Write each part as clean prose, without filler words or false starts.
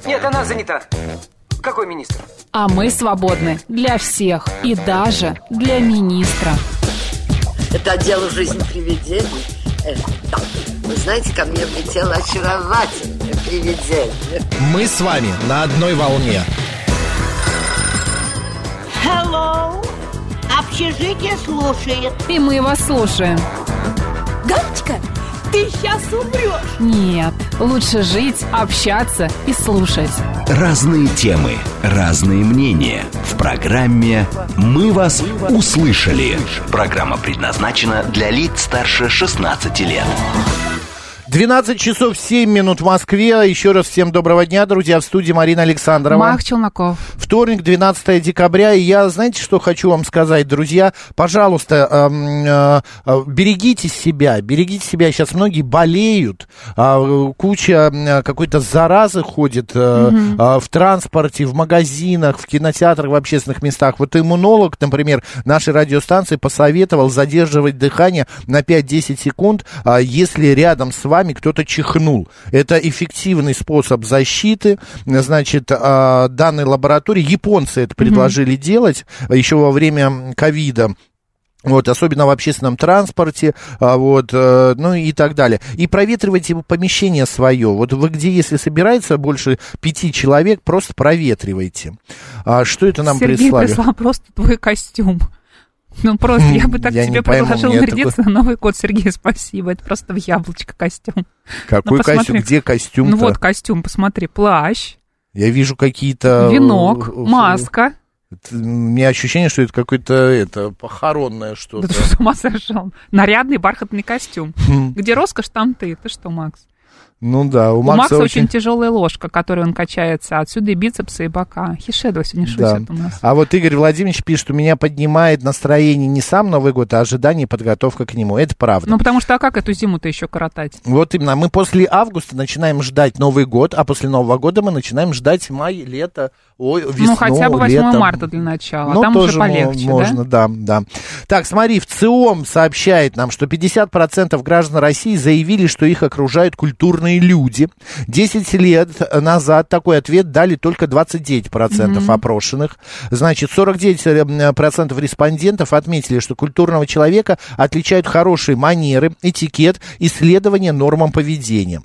Нет, она занята. Какой министр? А мы свободны для всех и даже для министра. Это отдел «Жизнь привидений». Да. Вы знаете, ко мне влетело очаровательное привидение. Мы с вами на одной волне. Hello. Общежитие слушает. И мы вас слушаем. Галочка, ты сейчас умрешь. Нет, лучше жить, общаться и слушать. Разные темы, разные мнения. В программе «Мы вас услышали». Программа предназначена для лиц старше 16 лет. 12 часов 7 минут в Москве. Еще раз всем доброго дня, друзья. В студии Марина Александрова. Марк Челноков. Вторник, 12 декабря. И я, знаете, что хочу вам сказать, друзья? Пожалуйста, берегите себя. Берегите себя. Сейчас многие болеют. Куча какой-то заразы ходит в транспорте, в магазинах, в кинотеатрах, в общественных местах. Вот иммунолог, например, нашей радиостанции посоветовал задерживать дыхание на 5-10 секунд, если рядом с вами кто-то чихнул. Это эффективный способ защиты. Значит, данной лаборатории, японцы это предложили делать еще во время ковида. Вот, особенно в общественном транспорте, вот, ну и так далее. И проветривайте помещение свое. Вот вы где, если собирается больше 5 человек, просто проветривайте. Что это нам Сергей прислали? Сергей прислал просто твой костюм. Ну, просто я бы так тебе предложил нарядиться на Новый год, Сергей, спасибо. Это просто в яблочко костюм. Какой костюм? Где костюм-то? Ну, вот костюм, посмотри, плащ. Я вижу какие-то... Венок, маска. У меня ощущение, что это какое-то похоронное что-то. Да ты что, с ума сошел? Нарядный бархатный костюм. Где роскошь, там ты. Ты что, Макс? Ну да, у Макса очень тяжелая ложка, которой он качается. Отсюда и бицепсы, и бока. Хишедо сегодня шутит у нас. А вот Игорь Владимирович пишет, что меня поднимает настроение не сам Новый год, а ожидание и подготовка к нему. Это правда. Ну, потому что, а как эту зиму-то еще коротать? Вот именно. Мы после августа начинаем ждать Новый год, а после Нового года мы начинаем ждать май, лето, весну, ну, хотя бы 8 лето. Марта для начала, ну, а там тоже уже полегче, можно, да? Так, смотри, ВЦИОМ сообщает нам, что 50% граждан России заявили, что их окружают культурные люди. 10 лет назад такой ответ дали только 29% опрошенных. Значит, 49% респондентов отметили, что культурного человека отличают хорошие манеры, этикет и следование нормам поведения.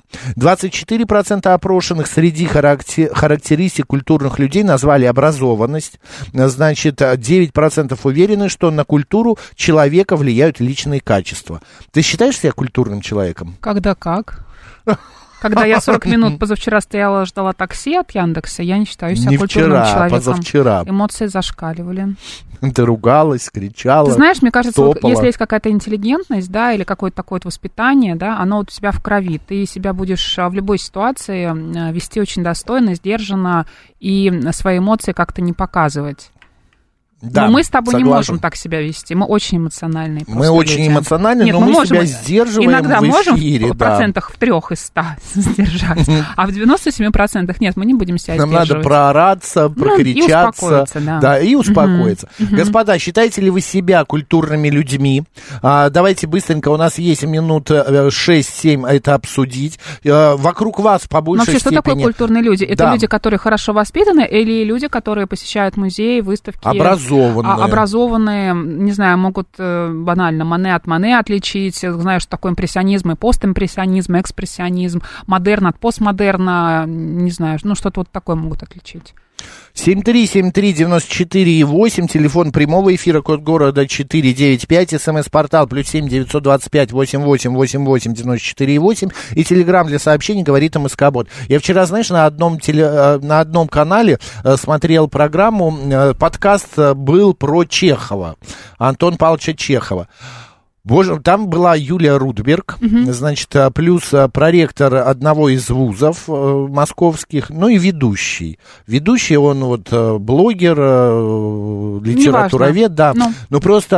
24% опрошенных среди характеристик культурных людей назвали образованность. Значит, 9% уверены, что на культуру человека влияют личные качества. Ты считаешь себя культурным человеком? Когда как? Когда я 40 минут позавчера ждала такси от Яндекса, я не считаю себя культурным человеком. Позавчера. Эмоции зашкаливали. Ты ругалась, кричала. Ты знаешь, мне кажется, топала. Вот, если есть какая-то интеллигентность, да, или какое-то такое воспитание, да, оно вот у тебя в крови. Ты себя будешь в любой ситуации вести очень достойно, сдержанно и свои эмоции как-то не показывать. Да, но мы с тобой согласен. не можем так себя вести. Мы очень эмоциональные. Мы очень люди. Эмоциональны, Нет, но мы можем, себя сдерживаем иногда в можем эфире. В процентах в 3 из 100 сдержать, а в 97% нет, мы не будем себя Нам сдерживать. надо проораться, прокричаться. И успокоиться. Господа, считаете ли вы себя культурными людьми? Давайте быстренько, у нас есть минут 6-7 это обсудить. Вокруг вас по большей степени... Что такое культурные люди? Это люди, которые хорошо воспитаны, или люди, которые посещают музеи, выставки? Образованные, не знаю, могут банально Мане от Мане отличить, знаю, что такое импрессионизм и постимпрессионизм, экспрессионизм, модерн от постмодерна, не знаю, ну что-то вот такое могут отличить. 7373948, телефон прямого эфира, код города 495, смс-портал +7 925 8888 94,8 и телеграм для сообщений говорит МСК-бот. Я вчера, знаешь, на одном канале смотрел программу, подкаст был про Чехова, Антона Павловича Чехова. Боже, там была Юлия Рудберг, значит, плюс проректор одного из вузов московских, ну и ведущий. Ведущий, он вот блогер, литературовед, да. Ну просто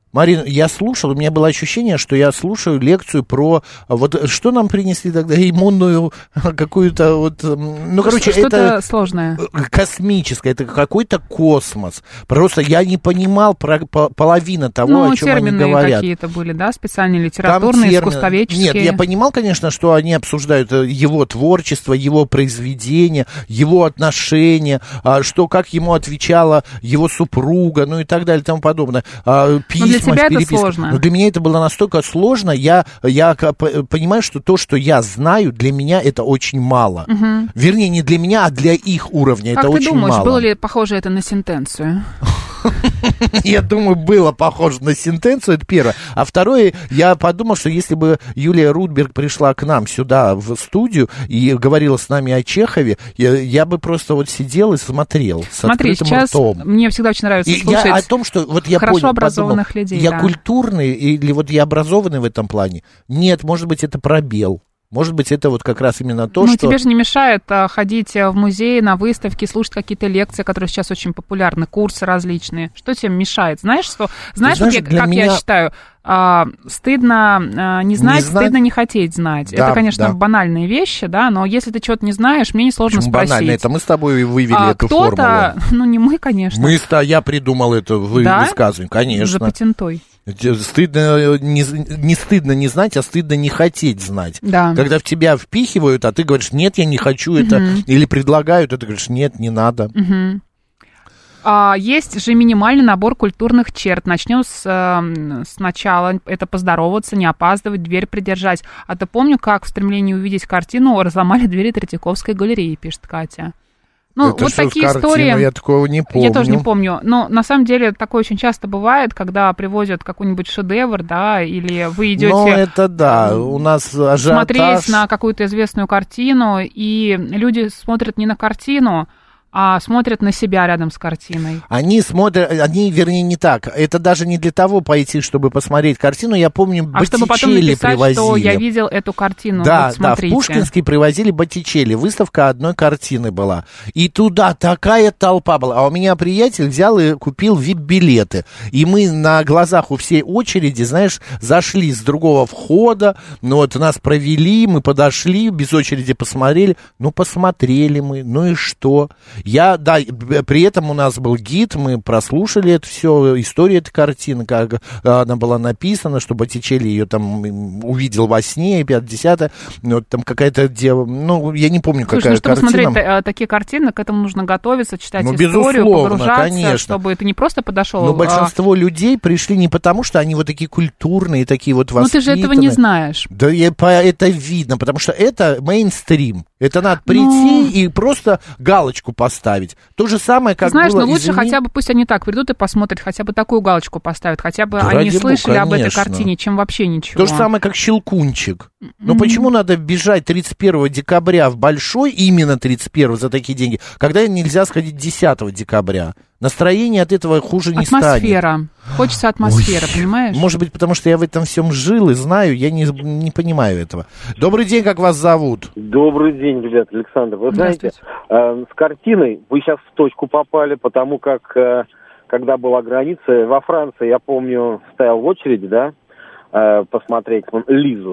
Марина, я слушал, у меня было ощущение, что я слушаю лекцию про... Вот что нам принесли тогда? Иммунную какую-то вот... Ну, короче, что-то это... сложное. Космическое, это какой-то космос. Просто я не понимал половину того, о чем они говорят. Термины какие-то были, да, специальные литературные, искусствоведческие. Нет, я понимал, конечно, что они обсуждают его творчество, его произведение, его отношения, что, как ему отвечала его супруга, ну и так далее и тому подобное. Для тебя это сложно. Но для меня это было настолько сложно, я понимаю, что то, что я знаю, для меня это очень мало. Угу. Вернее, не для меня, а для их уровня это очень мало. Как ты думаешь, было ли похоже это на сентенцию? Я думаю, было похоже на сентенцию, это первое. А второе, я подумал, что если бы Юлия Рудберг пришла к нам сюда в студию и говорила с нами о Чехове, я бы просто вот сидел и смотрел с открытым сейчас ртом. Мне всегда очень нравится слушать я о том, что вот я хорошо понял, образованных подумал, людей. Я культурный или вот я образованный в этом плане? Нет, может быть, это пробел. Может быть, это вот как раз именно то, что... тебе же не мешает ходить в музей, на выставки, слушать какие-то лекции, которые сейчас очень популярны, курсы различные. Что тебе мешает? Знаешь, я считаю, стыдно не знать, стыдно не хотеть знать. Да, это, конечно, банальные вещи, да, но если ты чего-то не знаешь, мне несложно спросить. Банально? Это мы с тобой вывели эту формулу. Кто-то, не мы, конечно. Я придумал это высказывание, конечно. Запатентуй. Стыдно, не стыдно не знать, а стыдно не хотеть знать. Да. Когда в тебя впихивают, а ты говоришь, нет, я не хочу это, или предлагают, а ты говоришь, нет, не надо. Есть же минимальный набор культурных черт. Начнем сначала. Это поздороваться, не опаздывать, дверь придержать. А то помню, как в стремлении увидеть картину разломали двери Третьяковской галереи, пишет Катя. Это вот такие истории. Я такого не помню. Я тоже не помню. Но на самом деле такое очень часто бывает, когда привозят какой-нибудь шедевр, да, или вы идете... это да, у нас ажиотаж. Смотреть на какую-то известную картину, и люди смотрят не на картину, а смотрят на себя рядом с картиной. Вернее, не так. Это даже не для того пойти, чтобы посмотреть картину. Я помню, Боттичелли чтобы потом написать, привозили. что я видел эту картину. Да, в Пушкинский привозили Боттичелли. Выставка одной картины была. И туда такая толпа была. А у меня приятель взял и купил VIP-билеты. И мы на глазах у всей очереди, знаешь, зашли с другого входа. Нас провели, мы подошли, без очереди посмотрели. Посмотрели мы, и что? При этом у нас был гид, мы прослушали это все, историю этой картины, как она была написана, что Боттичелли ее там увидел во сне, 50-е, там какая-то дева, я не помню, какая чтобы картина. Чтобы смотреть такие картины, к этому нужно готовиться, читать историю, погружаться, конечно. Чтобы ты не просто подошел. Но большинство людей пришли не потому, что они вот такие культурные, такие вот воспитанные. Но ты же этого не знаешь. Да, это видно, потому что это мейнстрим. Это надо прийти и просто галочку поставить. То же самое, как знаешь, было... лучше хотя бы, пусть они так придут и посмотрят, хотя бы такую галочку поставят, хотя бы они слышали об этой картине, чем вообще ничего. То же самое, как «Щелкунчик». Но почему надо бежать 31 декабря в Большой, именно 31 за такие деньги, когда нельзя сходить 10 декабря? Настроение от этого хуже не станет. Атмосфера. Хочется атмосферы, понимаешь? Может быть, потому что я в этом всем жил и знаю, я не понимаю этого. Добрый день, как вас зовут? Добрый день, ребят, Александр. Вы знаете, с картиной вы сейчас в точку попали, потому как, когда была граница, во Франции, я помню, стоял в очереди, да, посмотреть Лизу.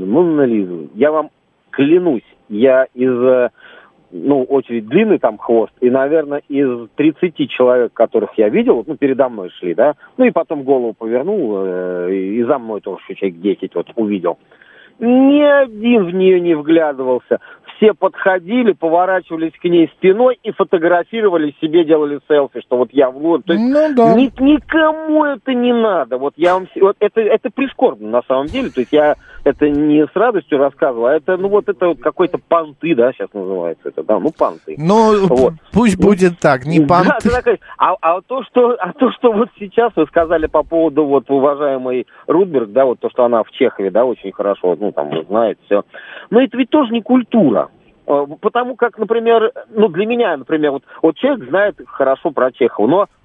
Я вам клянусь, я из... очередь длинный там хвост, и, наверное, из 30 человек, которых я видел, передо мной шли, да, и потом голову повернул, и за мной тоже человек 10 увидел. Ни один в нее не вглядывался. Все подходили, поворачивались к ней спиной и фотографировали себе, делали селфи, что я вот. То есть никому это не надо. Это прискорбно на самом деле. То есть я это не с радостью рассказывал, а это это какой-то понты, да, сейчас называется это, да, понты. Пусть будет так, не понты. Да, а то, что вот сейчас вы сказали по поводу уважаемой Рудберг, да, то, что она в Чехове, да, очень хорошо, знает все. Но это ведь тоже не культура. Потому как, например, для меня, например, человек знает хорошо про Чехова, но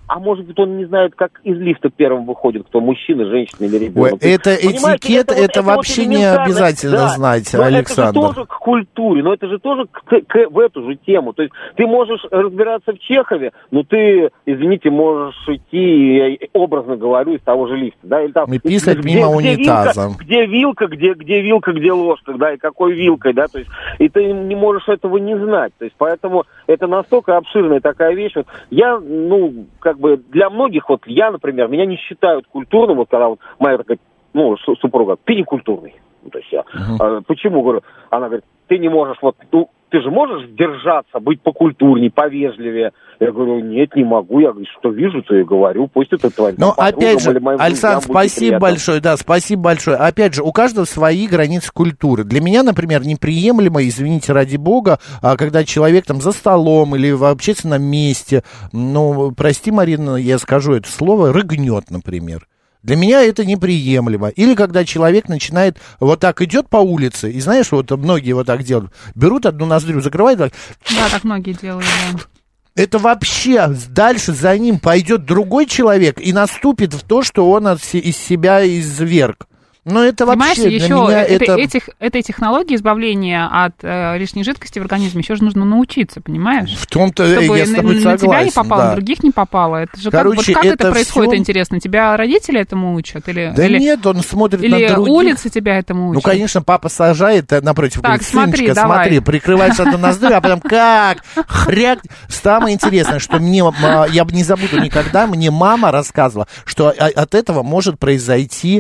а может быть, он не знает, как из лифта первым выходит, кто мужчина, женщина или ребенок. Ой, это этикет, это вообще не обязательно знать, Александр. Это же тоже к культуре, но это же тоже в эту же тему. То есть ты можешь разбираться в Чехове, но ты, извините, можешь идти, образно говорю, из того же лифта, да, или там... И писать мимо унитаза. Где вилка, где ложка, да, и какой вилкой, да, то есть, и ты не можешь этого не знать, то есть, поэтому это настолько обширная такая вещь. Вот я, как бы, для многих, вот я, например, меня не считают культурным, вот когда вот моя такая, супруга, ты не культурный. То есть я, почему, говорю, она говорит, ты не можешь, вот, ты же можешь держаться, быть покультурней, повежливее. Я говорю, нет, не могу. Я говорю, что вижу, то и говорю. Пусть это твоим подругам опять же, или моим Александр, спасибо большое. Да, спасибо большое. Опять же, у каждого свои границы культуры. Для меня, например, неприемлемо, извините, ради бога, когда человек там за столом или в общественном месте, прости, Марина, я скажу это слово, рыгнет, например. Для меня это неприемлемо. Или когда человек начинает вот так идет по улице, и знаешь, вот многие вот так делают, берут одну ноздрю, закрывают. Так. Да, так многие делают, да. Это вообще дальше за ним пойдет другой человек и наступит в то, что он из себя изверг. Но это понимаешь, вообще еще для меня этой технологии избавления от лишней жидкости в организме еще же нужно научиться, понимаешь? В том-то я с тобой согласен. На тебя не попало, на других не попало. Это же как это происходит, интересно? Тебя родители этому учат? Нет, он смотрит на других. Или улица тебя этому учат? Конечно, папа сажает напротив, так, говорит, сыночка, смотри, прикрываешь одну ноздрю, а потом как? Хряк. Самое интересное, что я не забуду никогда, мне мама рассказывала, что от этого может произойти...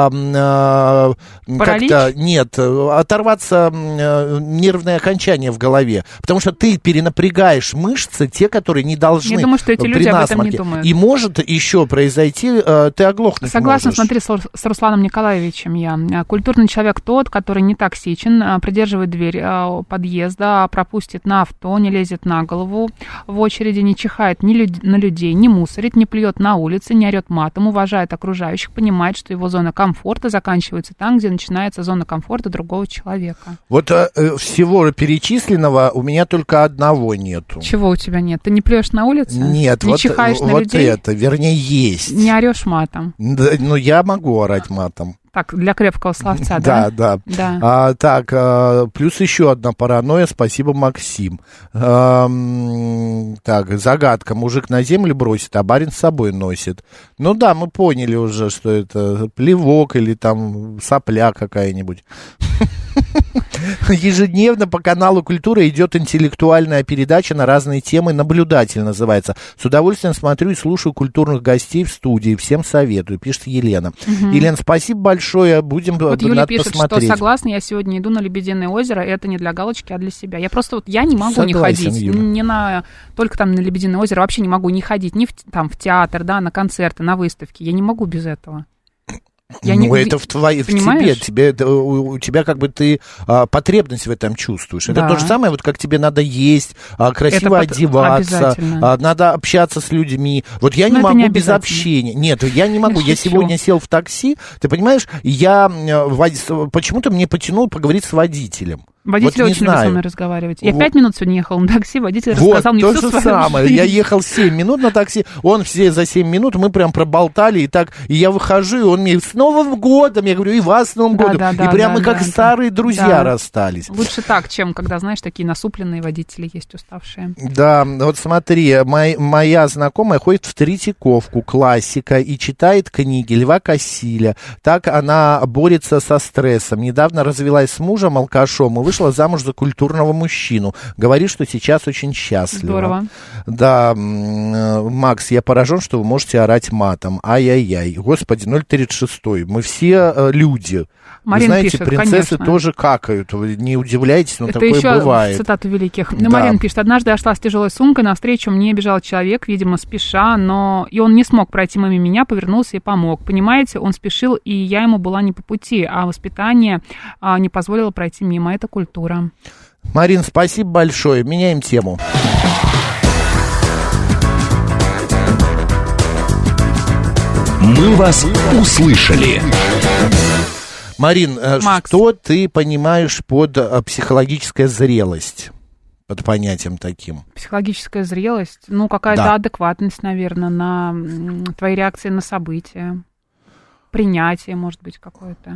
как-то, нет, оторваться нервное окончание в голове, потому что ты перенапрягаешь мышцы, те, которые не должны. Я думаю, что эти люди об этом не думают. И может еще произойти, ты оглохнуть Согласна, можешь. Смотри, с Русланом Николаевичем я. Культурный человек тот, который не токсичен, придерживает дверь подъезда, пропустит на авто, не лезет на голову в очереди, не чихает ни на людей, не мусорит, не плюет на улице, не орет матом, уважает окружающих, понимает, что его зона комфорта заканчивается там, где начинается зона комфорта другого человека. Вот всего перечисленного у меня только одного нету. Чего у тебя нет? Ты не плюешь на улице? Нет, не чихаешь на людей? Вот это, вернее, есть. Не орешь матом? Да, я могу орать матом. Так, для крепкого словца, да? Да. Так, плюс еще одна паранойя, спасибо, Максим. Так, загадка. Мужик на землю бросит, а барин с собой носит. Ну да, мы поняли уже, что это плевок или там сопля какая-нибудь. Ежедневно по каналу «Культура» идет интеллектуальная передача на разные темы, «Наблюдатель» называется. С удовольствием смотрю и слушаю культурных гостей в студии. Всем советую, пишет Елена. Елена, спасибо большое, будем вот Юля пишет, посмотреть. Что согласна, я сегодня иду на Лебединое озеро, и это не для галочки, а для себя. Я просто я не могу не ходить, Юля. Только там на Лебединое озеро, вообще не могу не ходить ни в театр, да, на концерты, на выставки. Я не могу без этого. Это в тебе, у тебя как бы ты потребность в этом чувствуешь. Это то же самое, вот как тебе надо есть, красиво одеваться, надо общаться с людьми. Вот я не могу без общения. Нет, я не могу. Я сегодня сел в такси, ты понимаешь, почему-то мне потянуло поговорить с водителем. Водитель очень любит со мной разговаривать. Я 5 минут сегодня ехал на такси, водитель рассказал мне всю свою жизнь. Вот то же самое. Я ехал 7 минут на такси, он все за 7 минут, мы прям проболтали, и я выхожу, и он мне с Новым годом, я говорю, и вас с Новым годом. И прям мы как старые друзья расстались. Лучше так, чем когда, знаешь, такие насупленные водители есть, уставшие. Да, вот смотри, моя знакомая ходит в Третьяковку, классика, и читает книги Льва Кассиля. Так она борется со стрессом. Недавно развелась с мужем, алкашом, и вышла замуж за культурного мужчину. Говорит, что сейчас очень счастлива. Здорово. Да, Макс, я поражен, что вы можете орать матом. Ай-яй-яй. Господи, 036. Мы все люди. Марин вы знаете, пишет, принцессы конечно. тоже какают. Вы не удивляйтесь, но это такое еще бывает. Цитату великих. Да. Марин пишет, однажды я шла с тяжелой сумкой, навстречу мне бежал человек, видимо, спеша, и он не смог пройти мимо меня, повернулся и помог. Понимаете, он спешил, и я ему была не по пути, а воспитание не позволило пройти мимо. Это культура. Марин, спасибо большое. Меняем тему. Мы вас услышали. Марин, Макс, что ты понимаешь под психологическая зрелость? под понятием таким? Психологическая зрелость, ну, какая-то адекватность, наверное, на твои реакции на события, принятие, может быть, какое-то.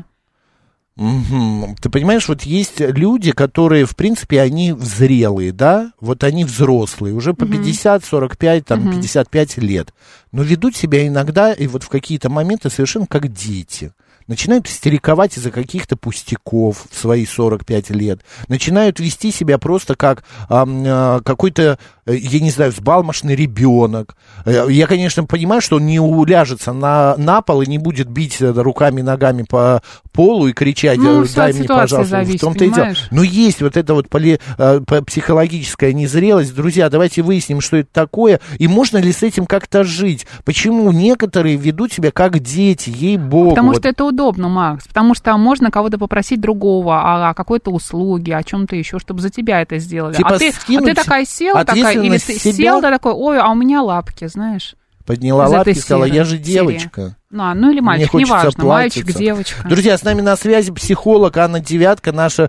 Ты понимаешь, вот есть люди, которые, в принципе, они зрелые, да, вот они взрослые, уже по 50, 45, там, 55 лет, но ведут себя иногда, и вот в какие-то моменты совершенно как дети. Начинают истериковать из-за каких-то пустяков в свои 45 лет, начинают вести себя просто как какой-то, я не знаю, взбалмошный ребенок. Я, конечно, понимаю, что он не уляжется на пол и не будет бить руками, ногами по полу и кричать, дай мне, пожалуйста, зависит, в том-то и дело. Но есть вот эта вот психологическая незрелость. Друзья, давайте выясним, что это такое, и можно ли с этим как-то жить. Почему некоторые ведут себя как дети, ей-богу. Потому что это удобно, Макс, потому что можно кого-то попросить другого о какой-то услуге, о чем-то еще, чтобы за тебя это сделали. Типа ты такая села, или ты сел, да, такой, ой, а у меня лапки, знаешь. Подняла лапки и сказала, я же девочка. Ну или мальчик, неважно, мальчик, девочка. Друзья, с нами на связи психолог Анна Девятка, наша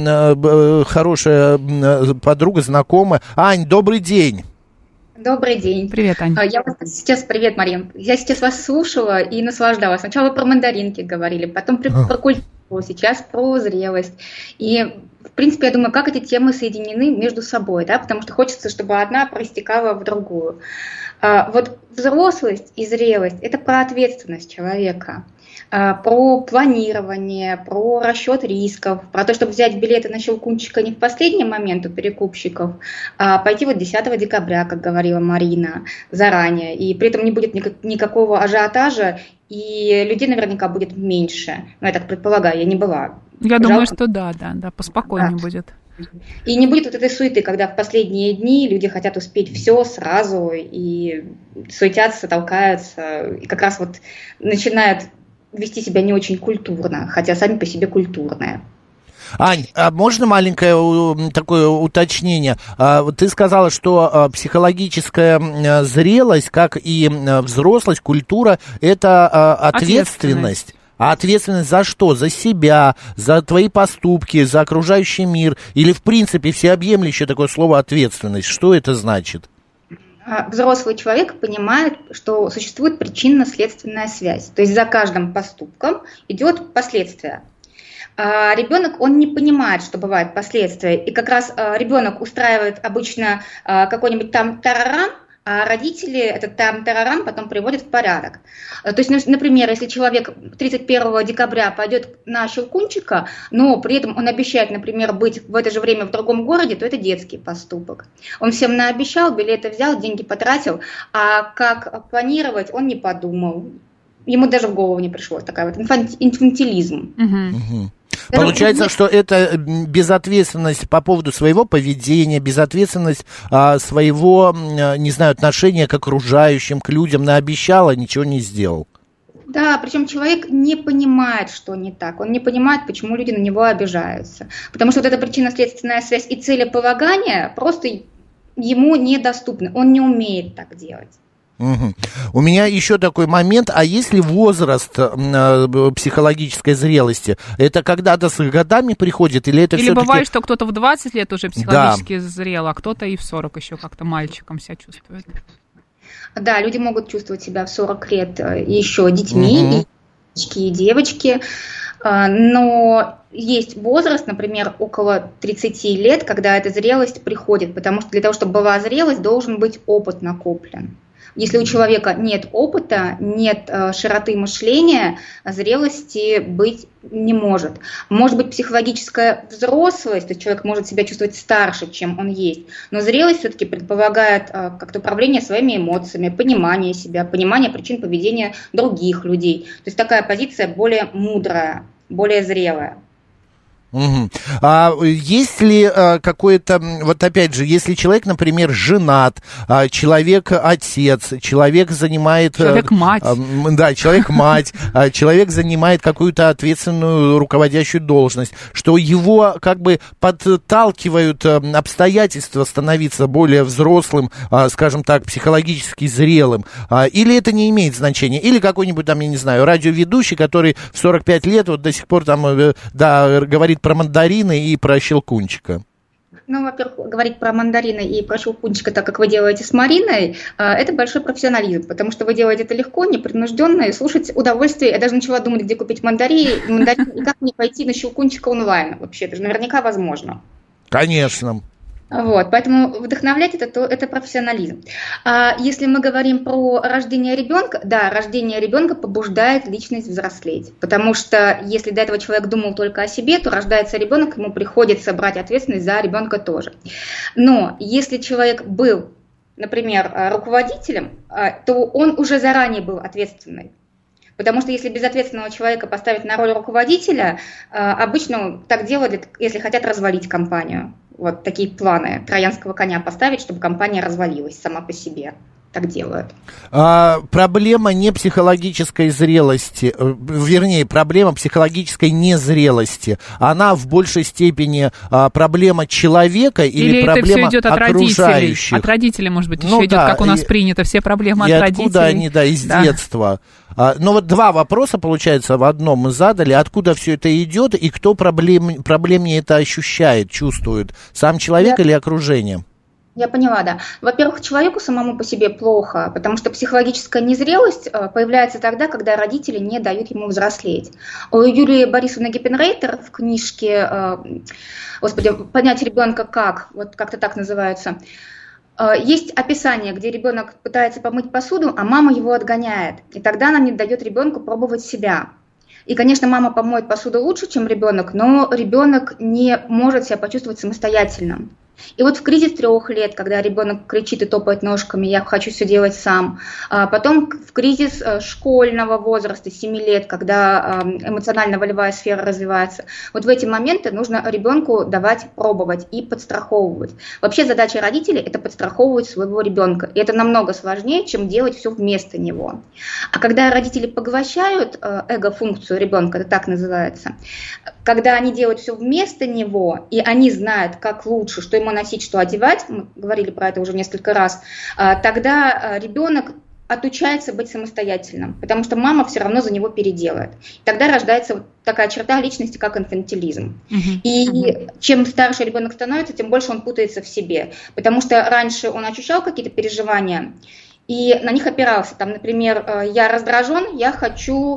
хорошая подруга, знакомая. Ань, добрый день. Добрый день. Привет, Аня. Привет, Мария. Я сейчас вас слушала и наслаждалась. Сначала про мандаринки говорили, потом про культуру, сейчас про зрелость. И, в принципе, я думаю, как эти темы соединены между собой, да, потому что хочется, чтобы одна проистекала в другую. Вот взрослость и зрелость – это про ответственность человека, про планирование, про расчет рисков, про то, чтобы взять билеты на Щелкунчика не в последний момент у перекупщиков, а пойти вот 10 декабря, как говорила Марина, заранее. И при этом не будет никакого ажиотажа, и людей наверняка будет меньше. Ну, я так предполагаю, я не была. Я думаю, что да, поспокойнее будет. И не будет вот этой суеты, когда в последние дни люди хотят успеть все сразу и суетятся, толкаются, и как раз вот начинают вести себя не очень культурно, хотя сами по себе культурные. Ань, а можно маленькое такое уточнение? Ты сказала, что психологическая зрелость, как и взрослость, культура, это ответственность. А ответственность за что? За себя, за твои поступки, за окружающий мир? Или, в принципе, всеобъемлющее такое слово ответственность? Что это значит? Взрослый человек понимает, что существует причинно-следственная связь. То есть за каждым поступком идет последствие. А ребенок, он не понимает, что бывают последствия. И как раз ребенок устраивает обычно какой-нибудь там тарарам, а родители этот там-тарарам потом приводят в порядок. То есть, например, если человек 31 декабря пойдет на Щелкунчика, но при этом он обещает, например, быть в это же время в другом городе, то это детский поступок. Он всем наобещал, билеты взял, деньги потратил, а как планировать он не подумал. Ему даже в голову не пришло. Такая вот инфантилизм. Получается, что это безответственность по поводу своего поведения, безответственность своего, не знаю, отношения к окружающим, к людям. Наобещал, а ничего не сделал. Да, причем человек не понимает, что не так. Он не понимает, почему люди на него обижаются. Потому что вот эта причинно-следственная связь и целеполагание просто ему недоступны. Он не умеет так делать. Угу. У меня еще такой момент, а если возраст психологической зрелости, это когда-то с годами приходит, или это или все-таки... бывает, что кто-то в 20 лет уже психологически зрел, а кто-то и в 40 еще как-то мальчиком себя чувствует? Да, люди могут чувствовать себя в 40 лет еще детьми, и девочки, но есть возраст, например, около 30 лет, когда эта зрелость приходит, потому что для того, чтобы была зрелость, должен быть опыт накоплен. Если у человека нет опыта, нет широты мышления, зрелости быть не может. Может быть психологическая взрослость, то есть человек может себя чувствовать старше, чем он есть, но зрелость все-таки предполагает как-то управление своими эмоциями, понимание себя, понимание причин поведения других людей. То есть такая позиция более мудрая, более зрелая. Угу. А есть ли какое-то, вот опять же, если человек, например, женат, человек-отец, человек занимает... Человек-мать. Да, человек-мать, человек занимает какую-то ответственную руководящую должность, что его как бы подталкивают обстоятельства становиться более взрослым, скажем так, психологически зрелым, или это не имеет значения, или какой-нибудь там, я не знаю, радиоведущий, который в 45 лет вот до сих пор там, да, говорит про мандарины и про Щелкунчика. во-первых, говорить про мандарины и про щелкунчика, так как вы делаете с Мариной, это большой профессионализм, потому что вы делаете это легко, непринужденно, и слушать удовольствие. Я даже начала думать, где купить мандарин и как мне пойти на щелкунчика онлайн. Вообще, это же наверняка возможно. Конечно. Вот, поэтому вдохновлять это профессионализм. А если мы говорим про рождение ребенка, да, рождение ребенка побуждает личность взрослеть, потому что если до этого человек думал только о себе, то рождается ребенок, ему приходится брать ответственность за ребенка тоже. Но если человек был, например, руководителем, то он уже заранее был ответственный. Потому что если безответственного человека поставить на роль руководителя, обычно так делают, если хотят развалить компанию. Вот такие планы троянского коня поставить, чтобы компания развалилась сама по себе. Так делают. Проблема не психологической зрелости, вернее, проблема психологической незрелости, она в большей степени проблема человека или проблема это все идет от окружающих? От родителей, может быть, еще идет, как у нас принято, все проблемы от родителей. Откуда они, из детства. Но вот два вопроса, получается, в одном мы задали. Откуда все это идет и кто проблемнее это ощущает, чувствует? Сам человек или окружение? Я поняла, да. Во-первых, человеку самому по себе плохо, потому что психологическая незрелость появляется тогда, когда родители не дают ему взрослеть. У Юлии Борисовны Гиппенрейтер в книжке «Понять ребенка как», вот как-то так называется, есть описание, где ребенок пытается помыть посуду, а мама его отгоняет. И тогда она не дает ребенку пробовать себя. И, конечно, мама помоет посуду лучше, чем ребенок, но ребенок не может себя почувствовать самостоятельным. И вот в кризис 3 лет, когда ребенок кричит и топает ножками, я хочу все делать сам, потом в кризис школьного возраста, 7 лет, когда эмоционально-волевая сфера развивается, вот в эти моменты нужно ребенку давать пробовать и подстраховывать. Вообще задача родителей – это подстраховывать своего ребенка, и это намного сложнее, чем делать все вместо него. А когда родители поглощают эго-функцию ребенка, это так называется, когда они делают все вместо него, и они знают, как лучше, что ему носить, что одевать, мы говорили про это уже несколько раз, тогда ребенок отучается быть самостоятельным, потому что мама все равно за него переделает. Тогда рождается вот такая черта личности, как инфантилизм. И чем старше ребенок становится, тем больше он путается в себе, потому что раньше он ощущал какие-то переживания и на них опирался. Там, например, я раздражен, я хочу...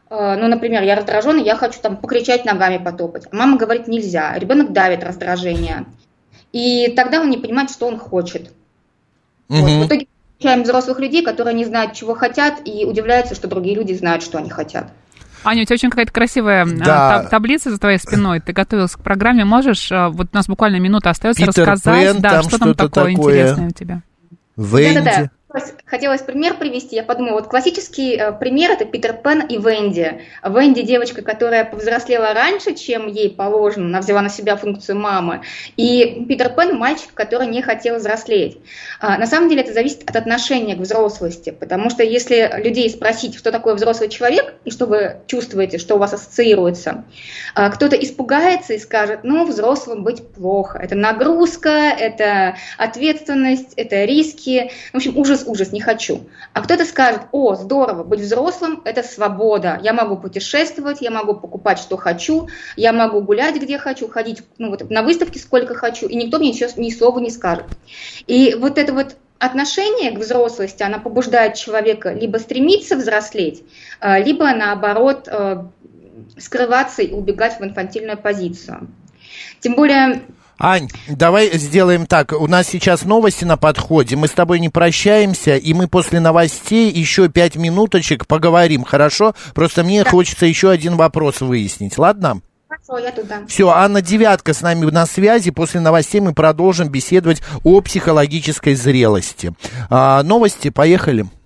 я раздражен, я хочу покричать, ногами потопать. А мама говорит, нельзя. Ребенок давит раздражение. И тогда он не понимает, что он хочет. Вот. В итоге мы получаем взрослых людей, которые не знают, чего хотят, и удивляются, что другие люди знают, что они хотят. Аня, у тебя очень какая-то красивая таблица за твоей спиной. Ты готовилась к программе. Можешь, вот у нас буквально минута остается, рассказать, что там такое интересное у тебя? Да. Хотелось пример привести. Я подумала, вот классический пример – это Питер Пен и Венди. Венди – девочка, которая повзрослела раньше, чем ей положено, она взяла на себя функцию мамы. И Питер Пен – мальчик, который не хотел взрослеть. На самом деле это зависит от отношения к взрослости, потому что если людей спросить, что такое взрослый человек, и что вы чувствуете, что у вас ассоциируется, кто-то испугается и скажет, взрослым быть плохо. Это нагрузка, это ответственность, это риски. В общем, ужас, не хочу. А кто-то скажет, здорово, быть взрослым – это свобода. Я могу путешествовать, я могу покупать, что хочу, я могу гулять, где хочу, ходить на выставки, сколько хочу, и никто мне еще ни слова не скажет. И вот это вот отношение к взрослости, оно побуждает человека либо стремиться взрослеть, либо, наоборот, скрываться и убегать в инфантильную позицию. Тем более... Ань, давай сделаем так. У нас сейчас новости на подходе. Мы с тобой не прощаемся, и мы после новостей еще 5 минуточек поговорим, хорошо? Просто мне хочется еще один вопрос выяснить, ладно? Хорошо, я туда. Все, Анна Девятка с нами на связи. После новостей мы продолжим беседовать о психологической зрелости. Новости, поехали.